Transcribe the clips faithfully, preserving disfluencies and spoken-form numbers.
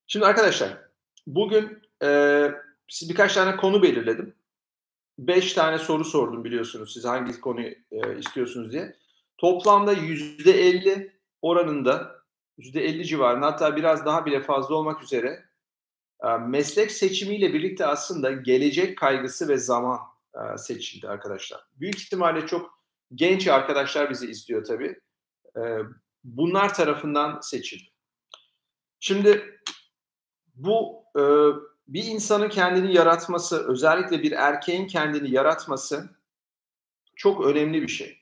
Şimdi arkadaşlar, bugün, eee, siz birkaç tane konu belirledim. beş tane soru sordum biliyorsunuz size hangi konuyu, eee, istiyorsunuz diye. Toplamda yüzde elli oranında, yüzde elli civarında hatta biraz daha bile fazla olmak üzere, eee, meslek seçimiyle birlikte aslında gelecek kaygısı ve zaman, eee, seçildi arkadaşlar. Büyük ihtimalle çok genç arkadaşlar bizi izliyor tabii. Eee, bunlar tarafından seçildi. Şimdi bu, eee, bir insanın kendini yaratması, özellikle bir erkeğin kendini yaratması çok önemli bir şey.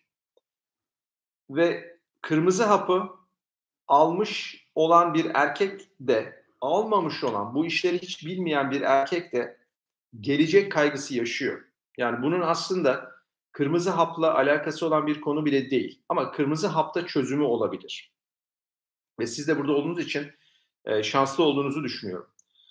Ve kırmızı hapı almış olan bir erkek de, almamış olan, bu işleri hiç bilmeyen bir erkek de gelecek kaygısı yaşıyor. Yani bunun aslında kırmızı hapla alakası olan bir konu bile değil. Ama kırmızı hapta çözümü olabilir. Ve siz de burada olduğunuz için, eee, şanslı olduğunuzu düşünüyorum.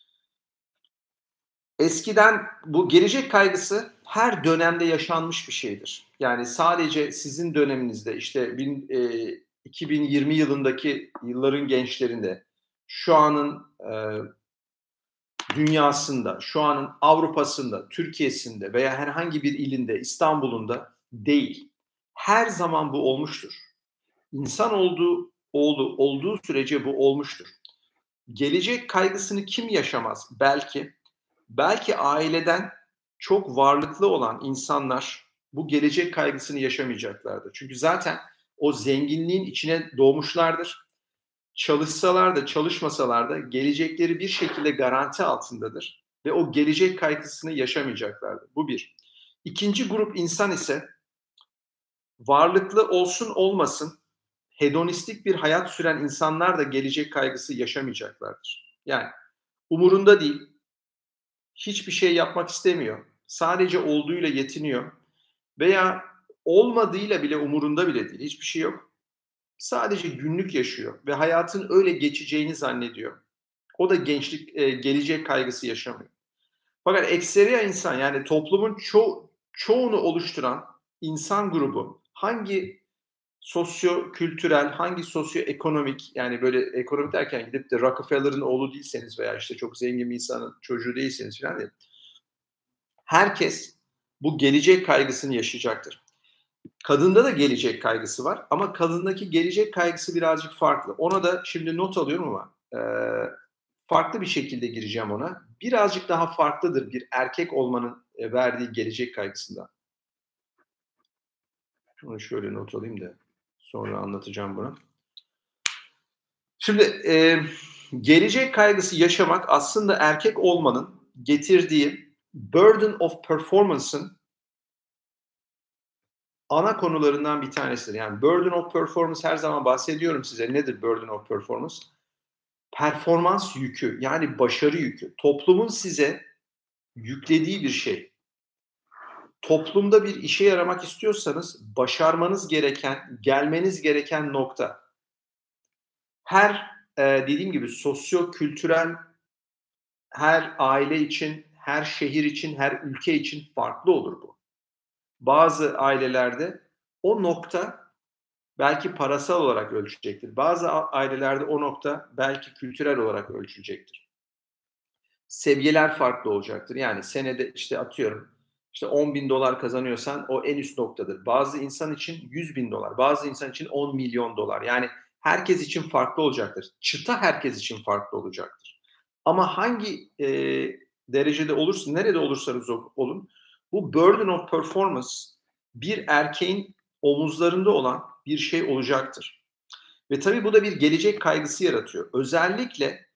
Eskiden bu gelecek kaygısı her dönemde yaşanmış bir şeydir. Yani sadece sizin döneminizde, işte, bin eee, iki bin yirmi yılındaki yılların gençlerinde, şu anın, eee, dünyasında, şu anın Avrupa'sında, Türkiye'sinde veya herhangi bir ilinde, İstanbul'unda değil. Her zaman bu olmuştur. İnsan olduğu oğlu olduğu sürece bu olmuştur. Gelecek kaygısını kim yaşamaz? Belki Belki aileden çok varlıklı olan insanlar bu gelecek kaygısını yaşamayacaklardır. Çünkü zaten o zenginliğin içine doğmuşlardır. Çalışsalar da çalışmasalar da gelecekleri bir şekilde garanti altındadır ve o gelecek kaygısını yaşamayacaklardır. Bu bir. İkinci grup insan ise varlıklı olsun olmasın hedonistik bir hayat süren insanlar da gelecek kaygısı yaşamayacaklardır. Yani umurunda değil, hiçbir şey yapmak istemiyor. Sadece olduğuyla yetiniyor veya olmadığıyla bile umurunda bile değil. Hiçbir şey yok. Sadece günlük yaşıyor ve hayatın öyle geçeceğini zannediyor. O da gençlik, eee, gelecek kaygısı yaşamıyor. Fakat ekseriya insan, yani toplumun ço çoğunu oluşturan insan grubu hangi sosyo-kültürel, hangi sosyoekonomik, yani böyle ekonomik derken gidip de Rockefeller'ın oğlu değilseniz veya işte çok zengin bir insanın çocuğu değilseniz filan değil. Herkes bu gelecek kaygısını yaşayacaktır. Kadında da gelecek kaygısı var ama kadındaki gelecek kaygısı birazcık farklı. Ona da şimdi not alıyorum ama, eee, farklı bir şekilde gireceğim ona. Birazcık daha farklıdır bir erkek olmanın, eee, verdiği gelecek kaygısından. Şunu şöyle not alayım da sonra anlatacağım bunu. Şimdi, eee, gelecek kaygısı yaşamak aslında erkek olmanın getirdiği burden of performance'ın ana konularından bir tanesidir. Yani burden of performance her zaman bahsediyorum size. Nedir burden of performance? Performans yükü, yani başarı yükü. Toplumun size yüklediği bir şey. Toplumda bir işe yaramak istiyorsanız başarmanız gereken, gelmeniz gereken nokta. Her, eee, dediğim gibi sosyo-kültürel, her aile için, her şehir için, her ülke için farklı olur bu. Bazı ailelerde o nokta belki parasal olarak ölçülecektir. Bazı a ailelerde o nokta belki kültürel olarak ölçülecektir. Seviyeler farklı olacaktır. Yani senede, işte, atıyorum, işte, on bin dolar kazanıyorsan o en üst noktadır. Bazı insan için yüz bin dolar, bazı insan için on milyon dolar. Yani herkes için farklı olacaktır. Çıta herkes için farklı olacaktır. Ama hangi, eee, derecede olursa, nerede olursanız o olun, bu burden of performance bir erkeğin omuzlarında olan bir şey olacaktır. Ve tabii bu da bir gelecek kaygısı yaratıyor. Özellikle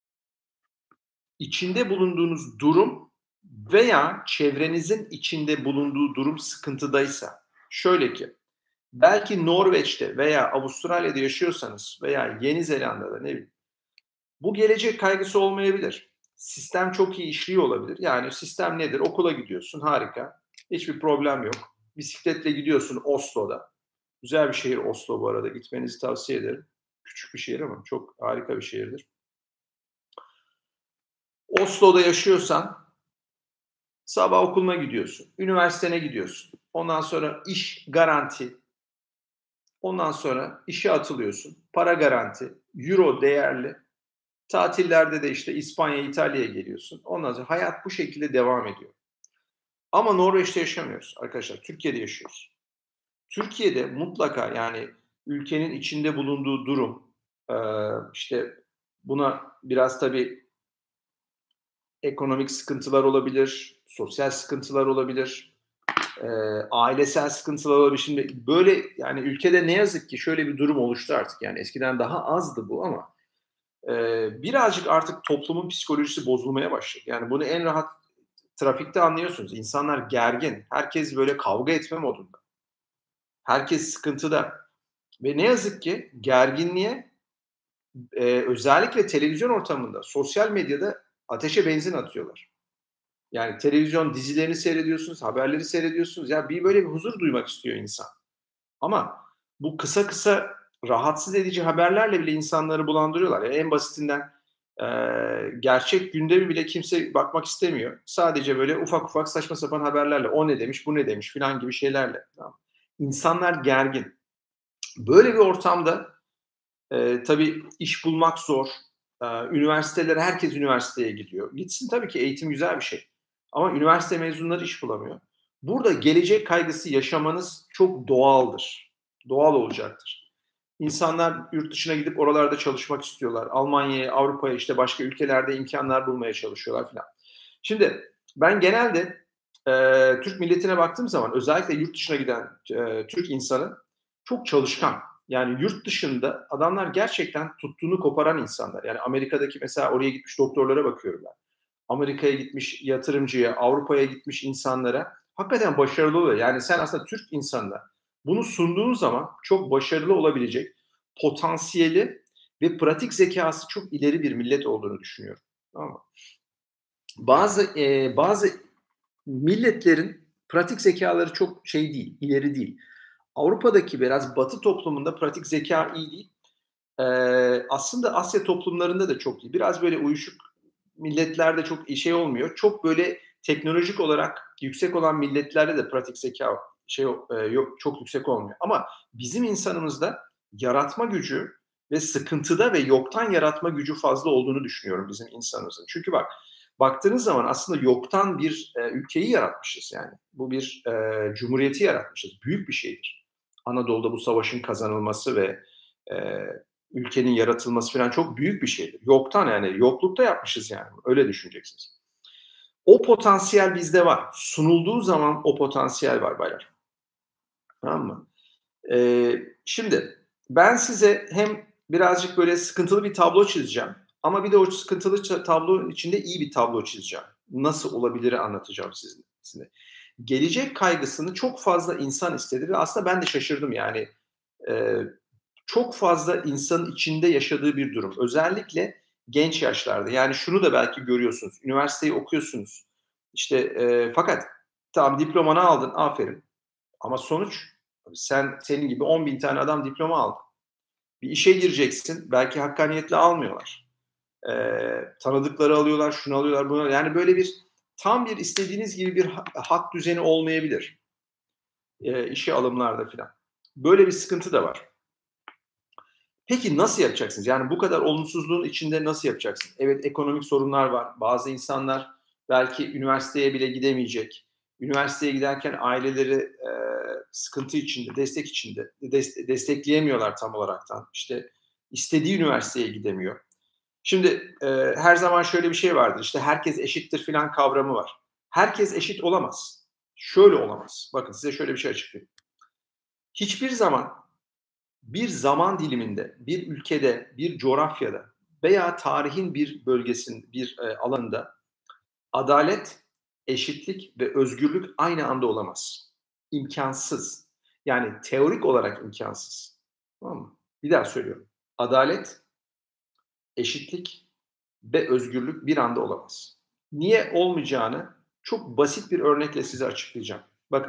içinde bulunduğunuz durum veya çevrenizin içinde bulunduğu durum sıkıntıdaysa, şöyle ki, belki Norveç'te veya Avustralya'da yaşıyorsanız veya Yeni Zelanda'da, ne bileyim, bu gelecek kaygısı olmayabilir. Sistem çok iyi işliyor olabilir. Yani sistem nedir? Okula gidiyorsun, harika. Hiçbir problem yok. Bisikletle gidiyorsun Oslo'da. Güzel bir şehir Oslo bu arada. Gitmenizi tavsiye ederim. Küçük bir şehir ama çok harika bir şehirdir. Oslo'da yaşıyorsan sabah okuluna gidiyorsun, üniversitene gidiyorsun. Ondan sonra iş garanti. Ondan sonra işe atılıyorsun. Para garanti, euro değerli. Tatillerde de işte İspanya, İtalya'ya geliyorsun. Ondan sonra hayat bu şekilde devam ediyor. Ama Norveç'te yaşamıyoruz arkadaşlar. Türkiye'de yaşıyoruz. Türkiye'de mutlaka yani ülkenin içinde bulunduğu durum, eee, işte buna biraz tabii ekonomik sıkıntılar olabilir, sosyal sıkıntılar olabilir, eee, ailesel sıkıntılar olabilir. Şimdi böyle yani ülkede ne yazık ki şöyle bir durum oluştu artık. Yani eskiden daha azdı bu ama eee, birazcık artık toplumun psikolojisi bozulmaya başladı. Yani bunu en rahat trafikte anlıyorsunuz. İnsanlar gergin. Herkes böyle kavga etme modunda. Herkes sıkıntıda ve ne yazık ki gerginliğe, eee, özellikle televizyon ortamında, sosyal medyada ateşe benzin atıyorlar. Yani televizyon dizilerini seyrediyorsunuz, haberleri seyrediyorsunuz. Ya bir böyle bir huzur duymak istiyor insan. Ama bu kısa kısa rahatsız edici haberlerle bile insanları bulandırıyorlar. Ya en basitinden, eee, gerçek gündemi bile kimse bakmak istemiyor. Sadece böyle ufak ufak saçma sapan haberlerle o ne demiş, bu ne demiş filan gibi şeylerle, tamam mı? İnsanlar gergin. Böyle bir ortamda, eee, tabii iş bulmak zor. Eee, üniversitelere herkes üniversiteye gidiyor. Gitsin tabii ki eğitim güzel bir şey. Ama üniversite mezunları iş bulamıyor. Burada gelecek kaygısı yaşamanız çok doğaldır. Doğal olacaktır. İnsanlar yurt dışına gidip oralarda çalışmak istiyorlar. Almanya'ya, Avrupa'ya, işte başka ülkelerde imkânlar bulmaya çalışıyorlar filan. Şimdi ben genelde, eee, Türk milletine baktığım zaman özellikle yurt dışına giden, eee, Türk insanı çok çalışkan. Yani yurt dışında adamlar gerçekten tuttuğunu koparan insanlar. Yani Amerika'daki mesela oraya gitmiş doktorlara bakıyorum ben. Amerika'ya gitmiş yatırımcıya, Avrupa'ya gitmiş insanlara hakikaten başarılı oluyor. Yani sen aslında Türk insanına bunu sunduğun zaman çok başarılı olabilecek potansiyeli ve pratik zekâsı çok ileri bir millet olduğunu düşünüyorum. Tamam mı? Bazı, eee, bazı milletlerin pratik zekâları çok şey değil, ileri değil. Avrupa'daki biraz Batı toplumunda pratik zekâ iyi değil. Eee, aslında Asya toplumlarında da çok iyi. Biraz böyle uyuşuk milletlerde çok şey olmuyor. Çok böyle teknolojik olarak yüksek olan milletlerde de pratik zekâ şey eee, yok çok yüksek olmuyor. Ama bizim insanımızda yaratma gücü ve sıkıntıda ve yoktan yaratma gücü fazla olduğunu düşünüyorum bizim insanımızın. Çünkü bak, baktığınız zaman aslında yoktan bir, eee, ülkeyi yaratmışız yani. Bu bir, eee, cumhuriyeti yaratmışız. Büyük bir şeydir. Anadolu'da bu savaşın kazanılması ve, eee, ülkenin yaratılması falan çok büyük bir şeydir. Yoktan yani yoklukta yapmışız yani. Öyle düşüneceksiniz. O potansiyel bizde var. Sunulduğu zaman o potansiyel var baylar. Tamam mı? Eee, şimdi ben size hem birazcık böyle sıkıntılı bir tablo çizeceğim ama bir de o sıkıntılı ça tablonun içinde iyi bir tablo çizeceğim. Nasıl olabilir'i anlatacağım sizin size. Gelecek kaygısını çok fazla insan istedi ve aslında ben de şaşırdım yani. Eee, çok fazla insanın içinde yaşadığı bir durum. Özellikle genç yaşlarda. Yani şunu da belki görüyorsunuz. Üniversiteyi okuyorsunuz. İşte, eee, fakat tamam diplomanı aldın, aferin. Ama sonuç sen senin gibi on bin tane adam diploma aldı. Bir işe gireceksin, belki hakkaniyetle almıyorlar. Eee, tanıdıkları alıyorlar, şunu alıyorlar, bunu yani böyle bir tam bir istediğiniz gibi bir ha hak düzeni olmayabilir, eee, işe alımlarda filan. Böyle bir sıkıntı da var. Peki nasıl yapacaksınız? Yani bu kadar olumsuzluğun içinde nasıl yapacaksın? Evet, ekonomik sorunlar var. Bazı insanlar belki üniversiteye bile gidemeyecek. Üniversiteye giderken aileleri, eee, sıkıntı içinde, destek içinde, deste destekleyemiyorlar tam olaraktan. İşte, istediği üniversiteye gidemiyor. Şimdi, eee, her zaman şöyle bir şey vardır, işte, herkes eşittir filan kavramı var. Herkes eşit olamaz. Şöyle olamaz. Bakın size şöyle bir şey açıklayayım. Hiçbir zaman bir zaman diliminde, bir ülkede, bir coğrafyada veya tarihin bir bölgesinde, bir, eee, alanında adalet, eşitlik ve özgürlük aynı anda olamaz. İmkânsız. Yani teorik olarak imkânsız. Tamam mı? Bir daha söylüyorum. Adalet, eşitlik ve özgürlük bir anda olamaz. Niye olmayacağını çok basit bir örnekle size açıklayacağım. Bakın,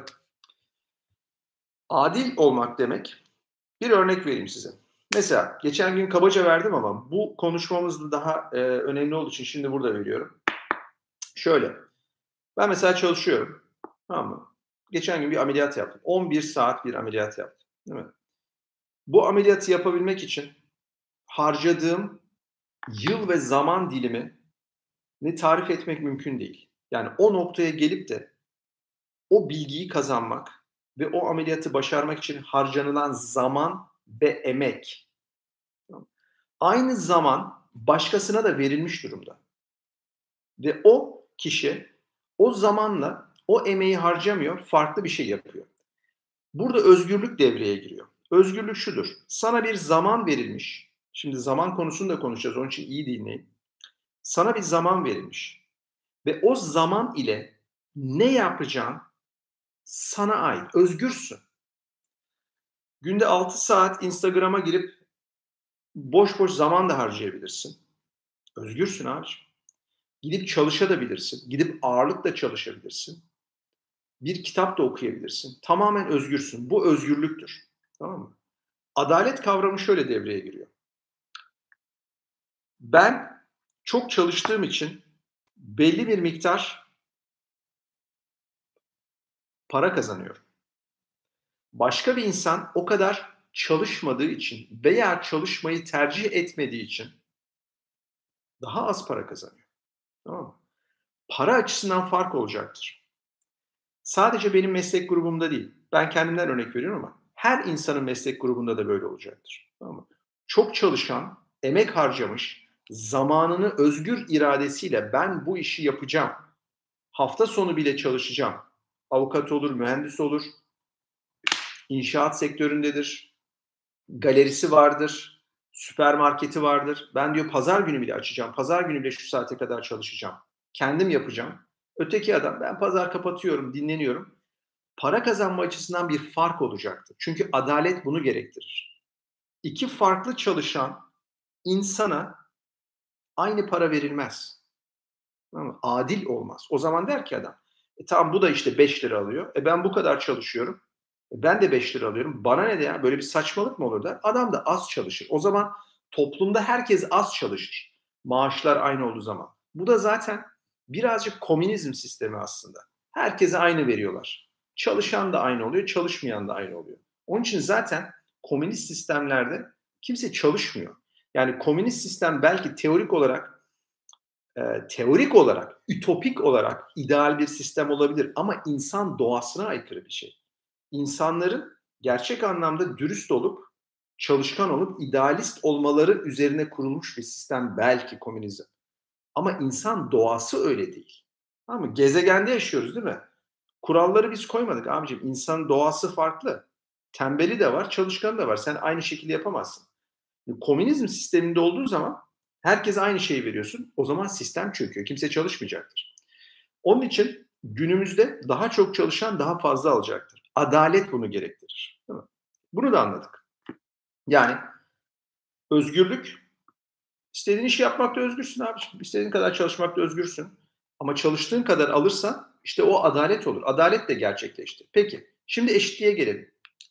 adil olmak demek. Bir örnek vereyim size. Mesela geçen gün kabaca verdim ama bu konuşmamızda daha, eee, önemli olduğu için şimdi burada veriyorum. Şöyle, ben mesela çalışıyorum, tamam mı? Geçen gün bir ameliyat yaptım. on bir saat bir ameliyat yaptım, değil mi? Bu ameliyatı yapabilmek için harcadığım yıl ve zaman dilimini tarif etmek mümkün değil. Yani o noktaya gelip de o bilgiyi kazanmak ve o ameliyatı başarmak için harcanılan zaman ve emek, aynı zaman başkasına da verilmiş durumda. Ve o kişi o zamanla o emeği harcamıyor, farklı bir şey yapıyor. Burada özgürlük devreye giriyor. Özgürlük şudur: sana bir zaman verilmiş. Şimdi zaman konusunu da konuşacağız, onun için iyi dinleyin. Sana bir zaman verilmiş ve o zaman ile ne yapacağın sana ait. Özgürsün. Günde altı saat Instagram'a girip boş boş zaman da harcayabilirsin. Özgürsün abiciğim. Gidip çalışabilirsin. Gidip ağırlıkla çalışabilirsin. Bir kitap da okuyabilirsin. Tamamen özgürsün. Bu özgürlüktür. Tamam mı? Adalet kavramı şöyle devreye giriyor. Ben çok çalıştığım için belli bir miktar para kazanıyorum. Başka bir insan o kadar çalışmadığı için veya çalışmayı tercih etmediği için daha az para kazanıyor. Tamam mı? Para açısından fark olacaktır. Sadece benim meslek grubumda değil. Ben kendimden örnek veriyorum ama her insanın meslek grubunda da böyle olacaktır. Tamam mı? Çok çalışan, emek harcamış, zamanını özgür iradesiyle ben bu işi yapacağım, hafta sonu bile çalışacağım. Avukat olur, mühendis olur, inşaat sektöründedir, galerisi vardır, süpermarketi vardır. Ben diyor pazar günü bile açacağım, pazar günü bile şu saate kadar çalışacağım. Kendim yapacağım. Öteki adam ben pazar kapatıyorum, dinleniyorum. Para kazanma açısından bir fark olacaktır. Çünkü adalet bunu gerektirir. İki farklı çalışan insana aynı para verilmez. Tamam, adil olmaz. O zaman der ki adam, e tamam bu da işte beş lira alıyor. E ben bu kadar çalışıyorum. E ben de beş lira alıyorum. Bana ne de ya, böyle bir saçmalık mı olur der. Adam da az çalışır. O zaman toplumda herkes az çalışır. Maaşlar aynı olduğu zaman. Bu da zaten birazcık komünizm sistemi aslında. Herkese aynı veriyorlar. Çalışan da aynı oluyor, çalışmayan da aynı oluyor. Onun için zaten komünist sistemlerde kimse çalışmıyor. Yani komünist sistem belki teorik olarak e, teorik olarak, ütopik olarak ideal bir sistem olabilir ama insan doğasına aykırı bir şey. İnsanların gerçek anlamda dürüst olup, çalışkan olup, idealist olmaları üzerine kurulmuş bir sistem belki komünizm. Ama insan doğası öyle değil. Tamam mı? Gezegende yaşıyoruz değil mi? Kuralları biz koymadık abicim. İnsanın doğası farklı. Tembeli de var, çalışkanı da var. Sen aynı şekilde yapamazsın. Komünizm sisteminde olduğu zaman herkese aynı şeyi veriyorsun. O zaman sistem çöküyor. Kimse çalışmayacaktır. Onun için günümüzde daha çok çalışan daha fazla alacaktır. Adalet bunu gerektirir. Değil mi? Bunu da anladık. Yani özgürlük, istediğin işi yapmakta özgürsün abiciğim. İstediğin kadar çalışmakta özgürsün. Ama çalıştığın kadar alırsan işte o adalet olur. Adalet de gerçekleşti. Peki, şimdi eşitliğe gelelim.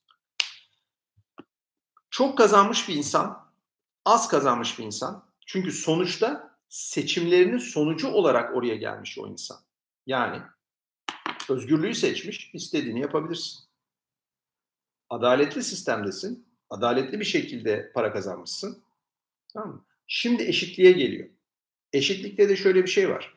Çok kazanmış bir insan, az kazanmış bir insan. Çünkü sonuçta seçimlerinin sonucu olarak oraya gelmiş o insan. Yani özgürlüğü seçmiş, istediğini yapabilirsin. Adaletli sistemdesin, adaletli bir şekilde para kazanmışsın. Tamam mı? Şimdi eşitliğe geliyor. Eşitlikte de şöyle bir şey var.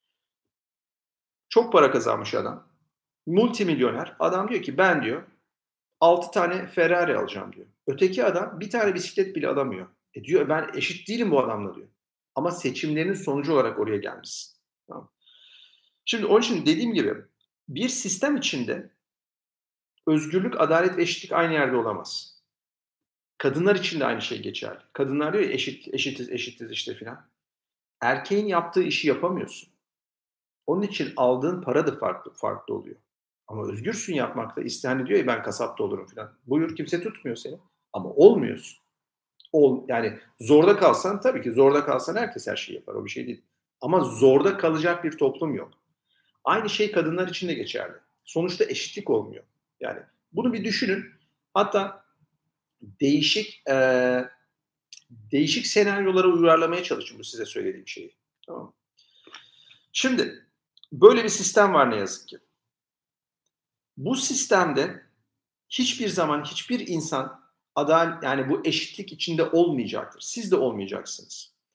Çok para kazanmış adam, multimilyoner. Adam diyor ki ben diyor altı tane Ferrari alacağım diyor. Öteki adam bir tane bisiklet bile alamıyor. E diyor ben eşit değilim bu adamla diyor. Ama seçimlerinin sonucu olarak oraya gelmişsin. Tamam. Şimdi onun için dediğim gibi bir sistem içinde özgürlük, adalet ve eşitlik aynı yerde olamaz. Kadınlar için de aynı şey geçerli. Kadınlar diyor ya eşit, eşitiz, eşitiz işte filan. Erkeğin yaptığı işi yapamıyorsun. Onun için aldığın para da farklı farklı oluyor. Ama özgürsün yapmakta. İsteyen diyor ya ben kasapta olurum filan. Buyur kimse tutmuyor seni. Ama olmuyorsun. Ol, yani zorda kalsan tabii ki zorda kalsan herkes her şeyi yapar. O bir şey değil. Ama zorda kalacak bir toplum yok. Aynı şey kadınlar için de geçerli. Sonuçta eşitlik olmuyor. Yani bunu bir düşünün. Hatta değişik eee, değişik senaryolara uyarlamaya çalışın bu size söylediğim şeyi. Tamam mı? Şimdi böyle bir sistem var ne yazık ki. Bu sistemde hiçbir zaman hiçbir insan adal yani bu eşitlik içinde olmayacaktır. Siz de olmayacaksınız.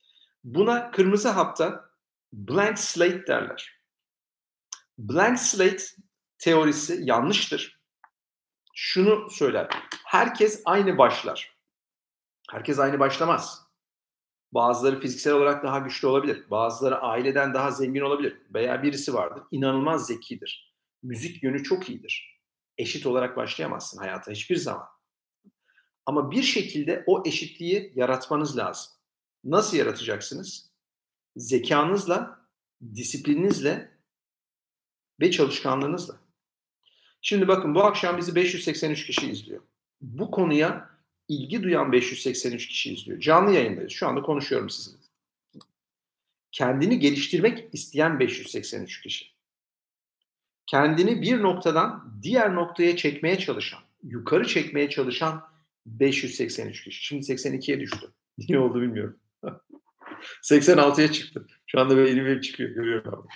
Buna kırmızı hapta blank slate derler. Blank slate teorisi yanlıştır. Şunu söyler, herkes aynı başlar. Herkes aynı başlamaz. Bazıları fiziksel olarak daha güçlü olabilir. Bazıları aileden daha zengin olabilir. Veya birisi vardır, inanılmaz zekidir. Müzik yönü çok iyidir. Eşit olarak başlayamazsın hayata hiçbir zaman. Ama bir şekilde o eşitliği yaratmanız lazım. Nasıl yaratacaksınız? Zekanızla, disiplininizle ve çalışkanlığınızla. Şimdi bakın, bu akşam bizi beş yüz seksen üç kişi izliyor. Bu konuya ilgi duyan beş yüz seksen üç kişi izliyor. Canlı yayındayız. Şu anda konuşuyorum sizinle. Kendini geliştirmek isteyen beş yüz seksen üç kişi. Kendini bir noktadan diğer noktaya çekmeye çalışan, yukarı çekmeye çalışan beş yüz seksen üç kişi. Şimdi seksen ikiye düştü. Niye oldu bilmiyorum. seksen altıya çıktı. Şu anda böyle elim elim çıkıyor. Görüyorum abi.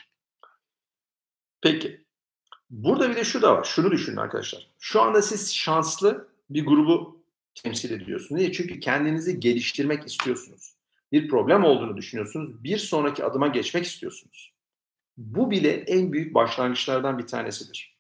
Peki. Burada bir de şu da var. Şunu düşünün arkadaşlar. Şu anda siz şanslı bir grubu temsil ediyorsunuz. Niye? Çünkü kendinizi geliştirmek istiyorsunuz. Bir problem olduğunu düşünüyorsunuz. Bir sonraki adıma geçmek istiyorsunuz. Bu bile en büyük başlangıçlardan bir tanesidir.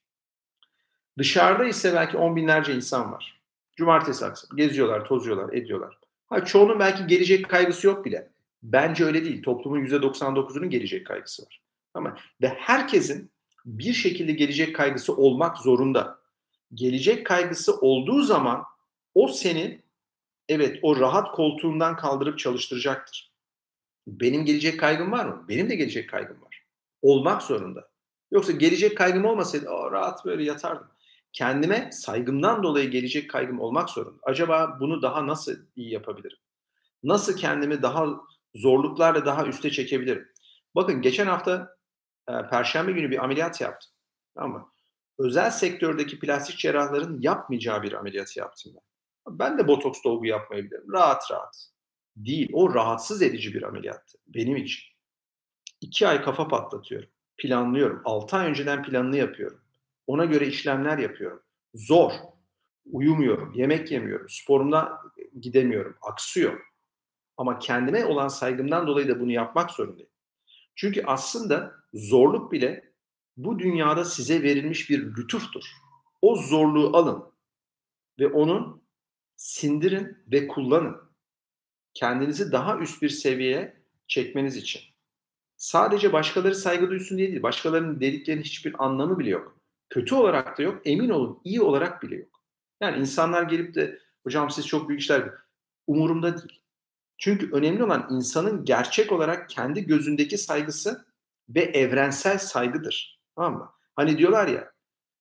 Dışarıda ise belki on binlerce insan var. Cumartesi akşamı geziyorlar, tozuyorlar, ediyorlar. Ha, çoğunun belki gelecek kaygısı yok bile. Bence öyle değil. Toplumun yüzde doksan dokuzunun gelecek kaygısı var. Ama ve herkesin bir şekilde gelecek kaygısı olmak zorunda. Gelecek kaygısı olduğu zaman o seni, evet, o rahat koltuğundan kaldırıp çalıştıracaktır. Benim gelecek kaygım var mı? Benim de gelecek kaygım var. Olmak zorunda. Yoksa gelecek kaygım olmasaydı o rahat böyle yatardım. Kendime saygımdan dolayı gelecek kaygım olmak zorunda. Acaba bunu daha nasıl iyi yapabilirim? Nasıl kendimi daha zorluklarla daha üste çekebilirim? Bakın, geçen hafta e, Perşembe günü bir ameliyat yaptım. Ama özel sektördeki plastik cerrahların yapmayacağı bir ameliyatı yaptım ben. Ben de botoks dolgu yapmayabilirim. Rahat rahat. Değil, o rahatsız edici bir ameliyattı benim için. iki ay kafa patlatıyorum. Planlıyorum. altı ay önceden planını yapıyorum. Ona göre işlemler yapıyorum. Zor. Uyumuyorum, yemek yemiyorum, sporumda gidemiyorum, aksıyor. Ama kendime olan saygımdan dolayı da bunu yapmak zorundayım. Çünkü aslında zorluk bile bu dünyada size verilmiş bir lütuftur. O zorluğu alın ve onu sindirin ve kullanın. Kendinizi daha üst bir seviyeye çekmeniz için. Sadece başkaları saygı duysun diye değil, başkalarının dediklerinin hiçbir anlamı bile yok. Kötü olarak da yok, emin olun iyi olarak bile yok. Yani insanlar gelip de hocam siz çok büyük işler, umurumda değil. Çünkü önemli olan insanın gerçek olarak kendi gözündeki saygısı ve evrensel saygıdır. Tamam mı? Hani diyorlar ya,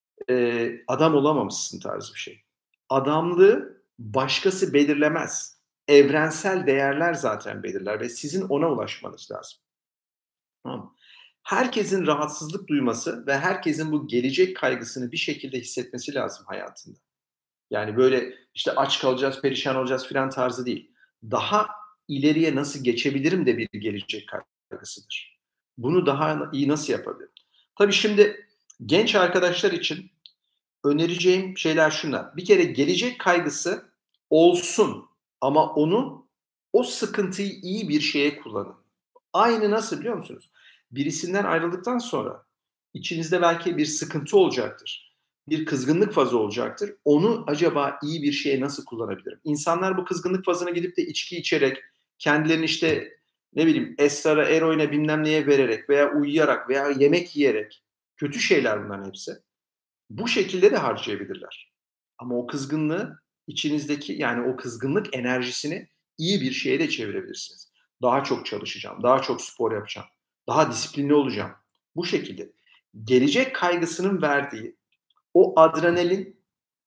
e, adam olamamışsın tarzı bir şey. Adamlığı başkası belirlemez. Evrensel değerler zaten belirler ve sizin ona ulaşmanız lazım. Tamam mı? Herkesin rahatsızlık duyması ve herkesin bu gelecek kaygısını bir şekilde hissetmesi lazım hayatında. Yani böyle işte aç kalacağız, perişan olacağız filan tarzı değil. Daha ileriye nasıl geçebilirim de bir gelecek kaygısıdır. Bunu daha iyi nasıl yapabilirim? Tabii şimdi genç arkadaşlar için önereceğim şeyler şunlar. Bir kere gelecek kaygısı olsun ama onu, o sıkıntıyı iyi bir şeye kullanın. Aynı nasıl biliyor musunuz? Birisinden ayrıldıktan sonra içinizde belki bir sıkıntı olacaktır. Bir kızgınlık fazı olacaktır. Onu acaba iyi bir şeye nasıl kullanabilirim? İnsanlar bu kızgınlık fazına gidip de içki içerek, kendilerini işte ne bileyim esrara, eroine bilmem neye vererek veya uyuyarak veya yemek yiyerek, kötü şeyler bunların hepsi. Bu şekilde de harcayabilirler. Ama o kızgınlığı içinizdeki, yani o kızgınlık enerjisini iyi bir şeye de çevirebilirsiniz. Daha çok çalışacağım, daha çok spor yapacağım, daha disiplinli olacağım. Bu şekilde gelecek kaygısının verdiği o adrenalin,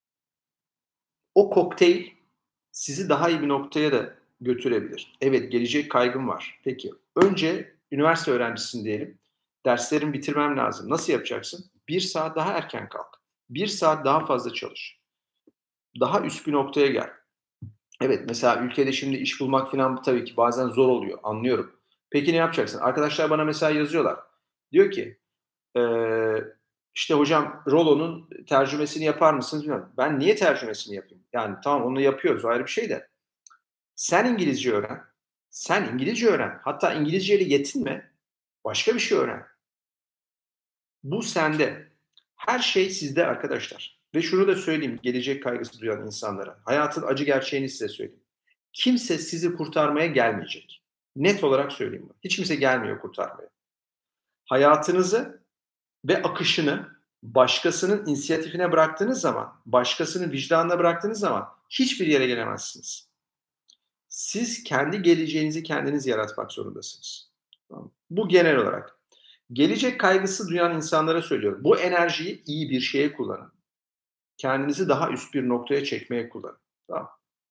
o kokteyl sizi daha iyi bir noktaya da götürebilir. Evet, gelecek kaygım var. Peki önce üniversite öğrencisin diyelim. Derslerimi bitirmem lazım. Nasıl yapacaksın? Bir saat daha erken kalk. Bir saat daha fazla çalış. Daha üst bir noktaya gel. Evet, mesela ülkede şimdi iş bulmak falan tabii ki bazen zor oluyor. Anlıyorum. Peki ne yapacaksın? Arkadaşlar bana mesela yazıyorlar. Diyor ki eee, işte hocam Rolo'nun tercümesini yapar mısınız bilmiyorum. Ben niye tercümesini yapayım? Yani tamam onu yapıyoruz, ayrı bir şey de. Sen İngilizce öğren. Sen İngilizce öğren. Hatta İngilizceyle yetinme. Başka bir şey öğren. Bu sende. Her şey sizde arkadaşlar. Ve şunu da söyleyeyim gelecek kaygısı duyan insanlara. Hayatın acı gerçeğini size söyleyeyim. Kimse sizi kurtarmaya gelmeyecek. Net olarak söyleyeyim bunu. Hiç kimse gelmiyor kurtarmaya. Hayatınızı ve akışını başkasının inisiyatifine bıraktığınız zaman, başkasının vicdanına bıraktığınız zaman hiçbir yere gelemezsiniz. Siz kendi geleceğinizi kendiniz yaratmak zorundasınız. Tamam. Bu genel olarak. Gelecek kaygısı duyan insanlara söylüyorum. Bu enerjiyi iyi bir şeye kullanın. Kendinizi daha üst bir noktaya çekmeye kullanın. Tamam.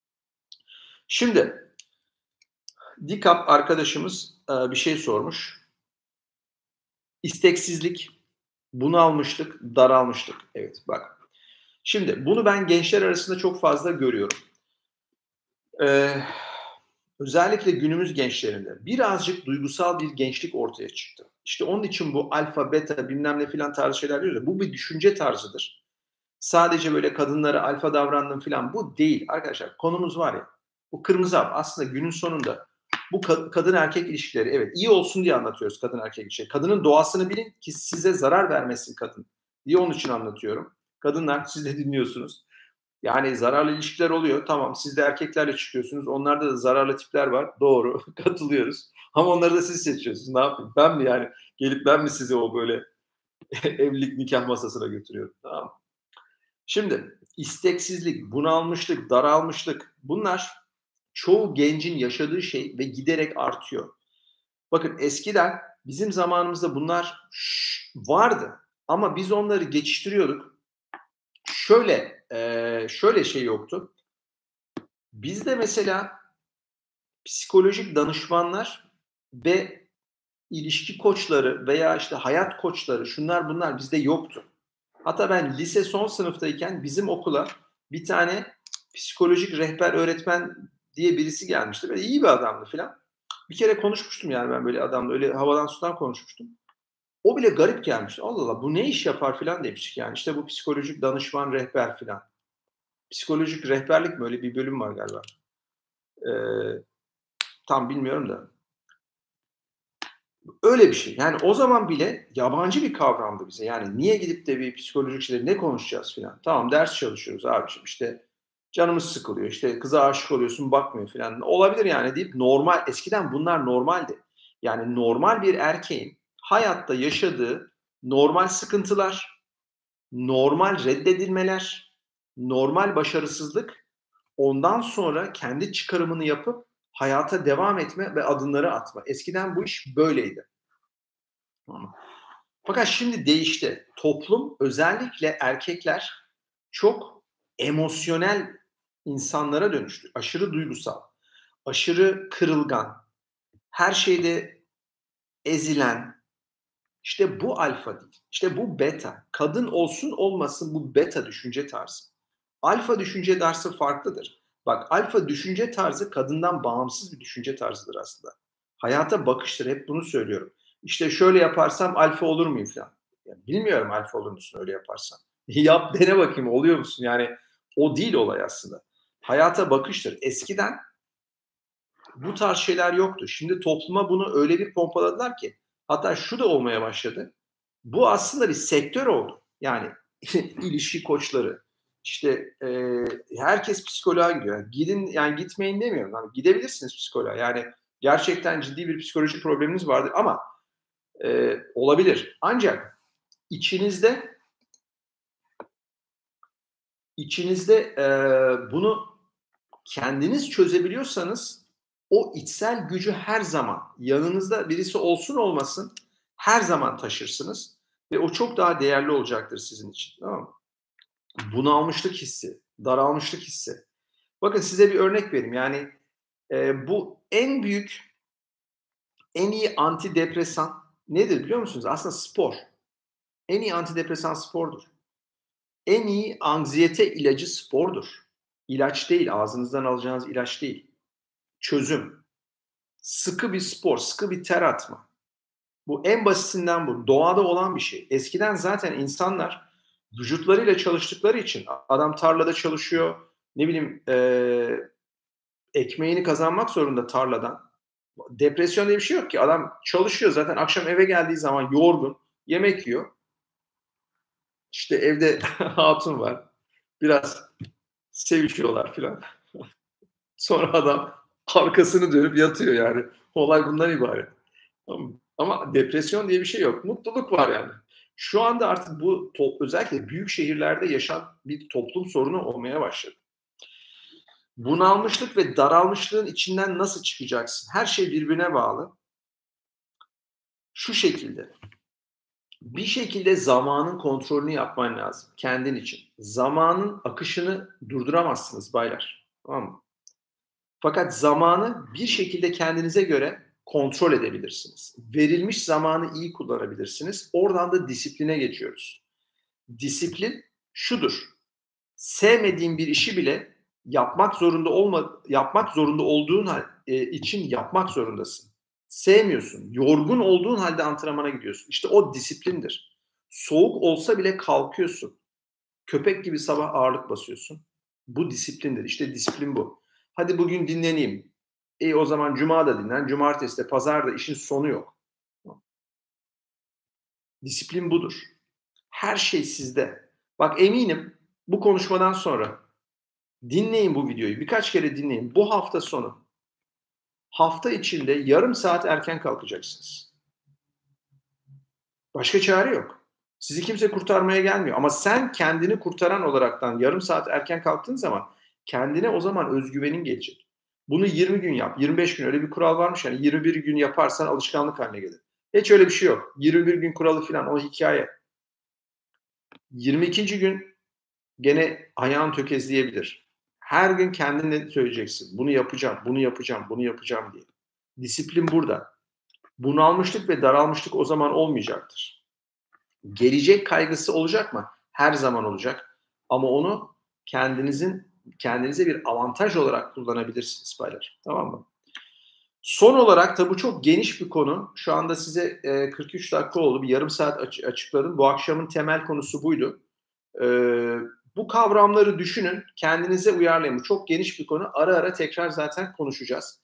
Şimdi Dikap arkadaşımız bir şey sormuş. İsteksizlik, bunalmışlık, daralmışlık. Evet bak. Şimdi bunu ben gençler arasında çok fazla görüyorum. Ee, özellikle günümüz gençlerinde birazcık duygusal bir gençlik ortaya çıktı. İşte onun için bu alfa, beta bilmem ne filan tarzı şeyler diyoruz ya, bu bir düşünce tarzıdır. Sadece böyle kadınlara alfa davrandım filan bu değil arkadaşlar. Konumuz var ya, bu kırmızı hap aslında günün sonunda bu kadın erkek ilişkileri evet iyi olsun diye anlatıyoruz kadın erkek ilişkileri. Kadının doğasını bilin ki size zarar vermesin kadın diye onun için anlatıyorum. Kadınlar siz de dinliyorsunuz. Yani zararlı ilişkiler oluyor. Tamam siz de erkeklerle çıkıyorsunuz. Onlarda da zararlı tipler var. Doğru. Katılıyoruz. Ama onları da siz seçiyorsunuz. Ne yapayım? Ben mi yani? Gelip ben mi sizi o böyle evlilik nikah masasına götürüyorum? Tamam mı? Şimdi isteksizlik, bunalmışlık, daralmışlık bunlar çoğu gencin yaşadığı şey ve giderek artıyor. Bakın eskiden bizim zamanımızda bunlar vardı ama biz onları geçiştiriyorduk. Şöyle e, şöyle şey yoktu. Bizde mesela psikolojik danışmanlar ve ilişki koçları veya işte hayat koçları şunlar bunlar bizde yoktu. Hatta ben lise son sınıftayken bizim okula bir tane psikolojik rehber öğretmen diye birisi gelmişti. Böyle iyi bir adamdı filan. Bir kere konuşmuştum yani ben böyle adamla öyle havadan sudan konuşmuştum. O bile garip gelmişti. Allah Allah bu ne iş yapar filan demiştik yani. İşte bu psikolojik danışman rehber filan. Psikolojik rehberlik mi öyle bir bölüm var galiba. Ee, tam bilmiyorum da. Öyle bir şey. Yani o zaman bile yabancı bir kavramdı bize. Yani niye gidip de bir psikolojik şeyleri ne konuşacağız filan. Tamam ders çalışıyoruz abiciğim işte canımız sıkılıyor işte kıza aşık oluyorsun bakmıyor filan. Olabilir yani deyip normal eskiden bunlar normaldi. Yani normal bir erkeğin hayatta yaşadığı normal sıkıntılar, normal reddedilmeler, normal başarısızlık ondan sonra kendi çıkarımını yapıp hayata devam etme ve adımları atma. Eskiden bu iş böyleydi. Fakat şimdi değişti. Toplum özellikle erkekler çok emosyonel insanlara dönüştü. Aşırı duygusal, aşırı kırılgan, her şeyde ezilen. İşte bu alfa değil. İşte bu beta. Kadın olsun olmasın bu beta düşünce tarzı. Alfa düşünce tarzı farklıdır. Bak alfa düşünce tarzı kadından bağımsız bir düşünce tarzıdır aslında. Hayata bakıştır. Hep bunu söylüyorum. İşte şöyle yaparsam alfa olur muyum falan. Yani bilmiyorum alfa olur musun öyle yaparsan. Yap dene bakayım oluyor musun? Yani o değil olay aslında. Hayata bakıştır. Eskiden bu tarz şeyler yoktu. Şimdi topluma bunu öyle bir pompaladılar ki hatta şu da olmaya başladı. Bu aslında bir sektör oldu. Yani ilişki koçları, işte e, herkes psikoloğa gidiyor. Yani gidin yani gitmeyin demiyorum. Yani gidebilirsiniz psikoloğa. Yani gerçekten ciddi bir psikolojik probleminiz vardır ama e, olabilir. Ancak içinizde içinizde e, bunu kendiniz çözebiliyorsanız o içsel gücü her zaman yanınızda birisi olsun olmasın her zaman taşırsınız ve o çok daha değerli olacaktır sizin için. Tamam mı? Bunalmışlık hissi, daralmışlık hissi. Bakın size bir örnek vereyim. Yani e, bu en büyük, en iyi antidepresan nedir biliyor musunuz? Aslında spor. En iyi antidepresan spordur. En iyi anksiyete ilacı spordur. İlaç değil, ağzınızdan alacağınız ilaç değil. Çözüm. Sıkı bir spor, sıkı bir ter atma. Bu en basitinden bu. Doğada olan bir şey. Eskiden zaten insanlar vücutlarıyla çalıştıkları için adam tarlada çalışıyor, ne bileyim e, ekmeğini kazanmak zorunda tarladan. Depresyon diye bir şey yok ki. Adam çalışıyor zaten, akşam eve geldiği zaman yorgun, yemek yiyor. İşte evde hatun var. Biraz sevişiyorlar filan. Sonra adam arkasını dönüp yatıyor yani. Olay bundan ibaret. Tamam mı? Ama depresyon diye bir şey yok. Mutluluk var yani. Şu anda artık bu to- özellikle büyük şehirlerde yaşanan bir toplum sorunu olmaya başladı. Bunalmışlık ve daralmışlığın içinden nasıl çıkacaksın? Her şey birbirine bağlı. Şu şekilde. Bir şekilde zamanın kontrolünü yapman lazım kendin için. Zamanın akışını durduramazsınız baylar. Tamam mı? Fakat zamanı bir şekilde kendinize göre kontrol edebilirsiniz. Verilmiş zamanı iyi kullanabilirsiniz. Oradan da disipline geçiyoruz. Disiplin şudur. Sevmediğin bir işi bile yapmak zorunda olma, yapmak zorunda olduğun e, için yapmak zorundasın. Sevmiyorsun. Yorgun olduğun halde antrenmana gidiyorsun. İşte o disiplindir. Soğuk olsa bile kalkıyorsun. Köpek gibi sabah ağırlık basıyorsun. Bu disiplindir. İşte disiplin bu. Hadi bugün dinleneyim. İyi o zaman cuma da dinlen. Cumartesi de, pazar da, işin sonu yok. Disiplin budur. Her şey sizde. Bak eminim bu konuşmadan sonra dinleyin bu videoyu. Birkaç kere dinleyin. Bu hafta sonu, hafta içinde yarım saat erken kalkacaksınız. Başka çare yok. Sizi kimse kurtarmaya gelmiyor. Ama sen kendini kurtaran olaraktan yarım saat erken kalktığın zaman kendine o zaman özgüvenin gelecek. Bunu yirmi gün yap, yirmi beş gün, öyle bir kural varmış yani yirmi bir gün yaparsan alışkanlık haline gelir. Hiç öyle bir şey yok. yirmi bir gün kuralı falan o hikaye. yirmi ikinci gün gene ayağın tökezleyebilir. Her gün kendine söyleyeceksin. Bunu yapacağım, bunu yapacağım, bunu yapacağım diye. Disiplin burada. Bunalmışlık ve daralmışlık o zaman olmayacaktır. Gelecek kaygısı olacak mı? Her zaman olacak. Ama onu kendinizin kendinize bir avantaj olarak kullanabilirsiniz baylar. Tamam mı? Son olarak da bu çok geniş bir konu. Şu anda size e, kırk üç dakika oldu. Bir yarım saat aç- açıkladım. Bu akşamın temel konusu buydu. E, bu kavramları düşünün. Kendinize uyarlayın. Bu çok geniş bir konu. Ara ara tekrar zaten konuşacağız.